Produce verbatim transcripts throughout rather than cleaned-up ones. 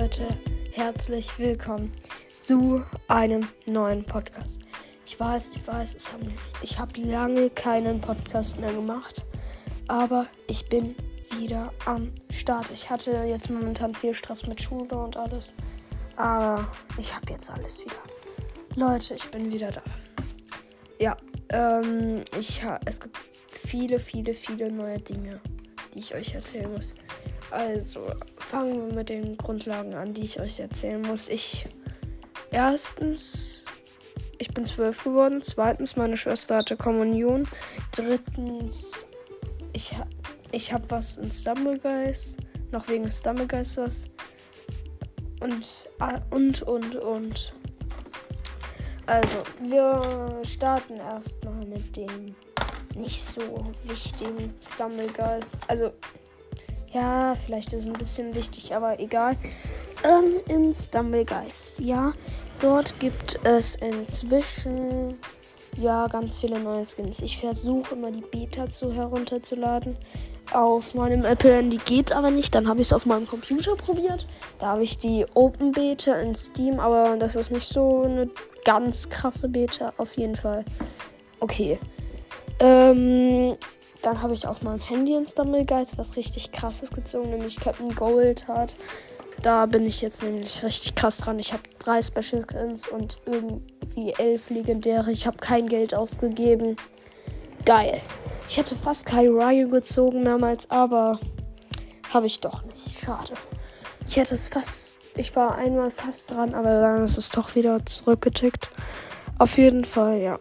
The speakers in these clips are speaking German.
Leute, herzlich willkommen zu einem neuen Podcast. Ich weiß, ich weiß, es haben, ich habe lange keinen Podcast mehr gemacht, aber ich bin wieder am Start. Ich hatte jetzt momentan viel Stress mit Schule und alles, aber ich habe jetzt alles wieder. Leute, ich bin wieder da. Ja, ähm, ich ha- es gibt viele, viele, viele neue Dinge, die ich euch erzählen muss. Also, fangen wir mit den Grundlagen an, die ich euch erzählen muss. Ich, erstens, ich bin zwölf geworden. Zweitens, meine Schwester hatte Kommunion. Drittens, ich, ha- ich habe was in Stumblegeist. Noch wegen Stumblegeisters. Und, ah, und, und, und. Also, wir starten erstmal mit dem nicht so wichtigen Stumblegeist. Also, ja, vielleicht ist es ein bisschen wichtig, aber egal. Ähm, in Stumblegeist, ja. Dort gibt es inzwischen, ja, ganz viele neue Skins. Ich versuche immer die Beta zu herunterzuladen. Auf meinem Apple-Handy geht aber nicht. Dann habe ich es auf meinem Computer probiert. Da habe ich die Open Beta in Steam, aber das ist nicht so eine ganz krasse Beta. Auf jeden Fall. Okay. Ähm... Dann habe ich auf meinem Handy ein Stumblegeist was richtig krasses gezogen, nämlich Captain Gold hat. Da bin ich jetzt nämlich richtig krass dran. Ich habe drei Special Skins und irgendwie elf legendäre. Ich habe kein Geld ausgegeben. Geil. Ich hätte fast Kai Ryu gezogen mehrmals, aber habe ich doch nicht. Schade. Ich hätte es fast, ich war einmal fast dran, aber dann ist es doch wieder zurückgetickt. Auf jeden Fall, ja.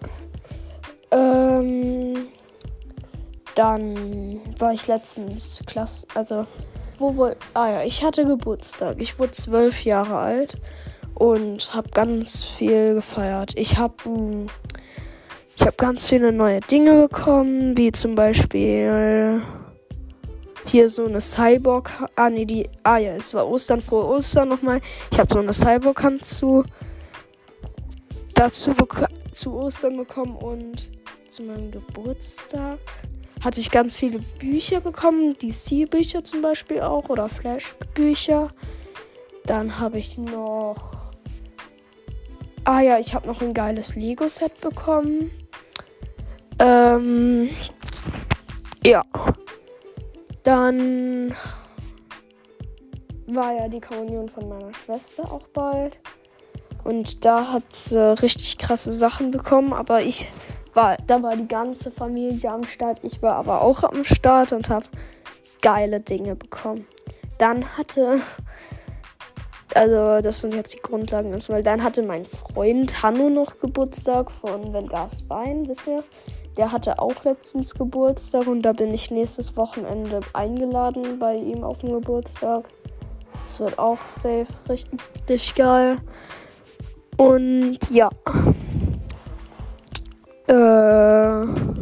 Ähm... Dann war ich letztens Klasse, also, wo wohl, ah ja, ich hatte Geburtstag. Ich wurde zwölf Jahre alt und habe ganz viel gefeiert. Ich habe ich hab ganz viele neue Dinge bekommen, wie zum Beispiel hier so eine Cyborg, ah nee, die, ah ja, es war Ostern, frohe Ostern nochmal. Ich habe so eine Cyborg-Hand zu, dazu bek- zu Ostern bekommen und zu meinem Geburtstag hatte ich ganz viele Bücher bekommen, D C-Bücher zum Beispiel auch oder Flash-Bücher. Dann habe ich noch, ah ja, ich habe noch ein geiles Lego-Set bekommen. Ähm, ja. Dann war ja die Kommunion von meiner Schwester auch bald. Und da hat sie richtig krasse Sachen bekommen, aber ich War, da war die ganze Familie am Start. Ich war aber auch am Start und habe geile Dinge bekommen. Dann hatte, also das sind jetzt die Grundlagen, weil dann hatte mein Freund Hanno noch Geburtstag von Wenn Gas Wein, wisst ihr? Der hatte auch letztens Geburtstag und da bin ich nächstes Wochenende eingeladen bei ihm auf dem Geburtstag. Das wird auch safe richtig, richtig geil. Und ja. Äh. Ja.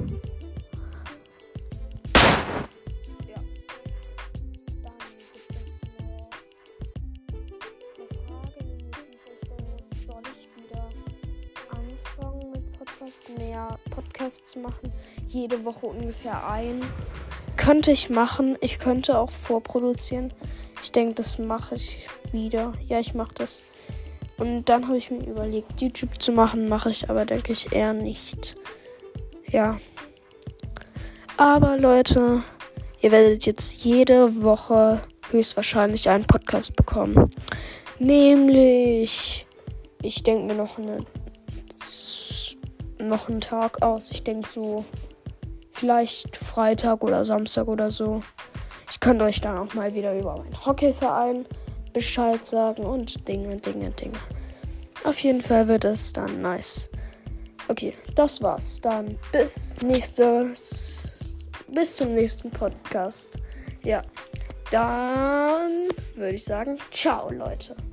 Dann gibt es noch eine Frage, die ich stellen muss. Soll ich wieder anfangen mit Podcasts, mehr Podcasts zu machen? Jede Woche ungefähr ein. Könnte ich machen. Ich könnte auch vorproduzieren. Ich denke, das mache ich wieder. Ja, ich mache das. Und dann habe ich mir überlegt, YouTube zu machen, mache ich aber, denke ich, eher nicht. Ja. Aber Leute, ihr werdet jetzt jede Woche höchstwahrscheinlich einen Podcast bekommen. Nämlich, ich denke mir noch, eine, noch einen Tag aus. Ich denke so, vielleicht Freitag oder Samstag oder so. Ich könnte euch dann auch mal wieder über meinen Hockeyverein Bescheid sagen und Dinge, Dinge, Dinge. Auf jeden Fall wird es dann nice. Okay, das war's. Dann bis nächstes, bis zum nächsten Podcast. Ja, dann würde ich sagen, ciao Leute.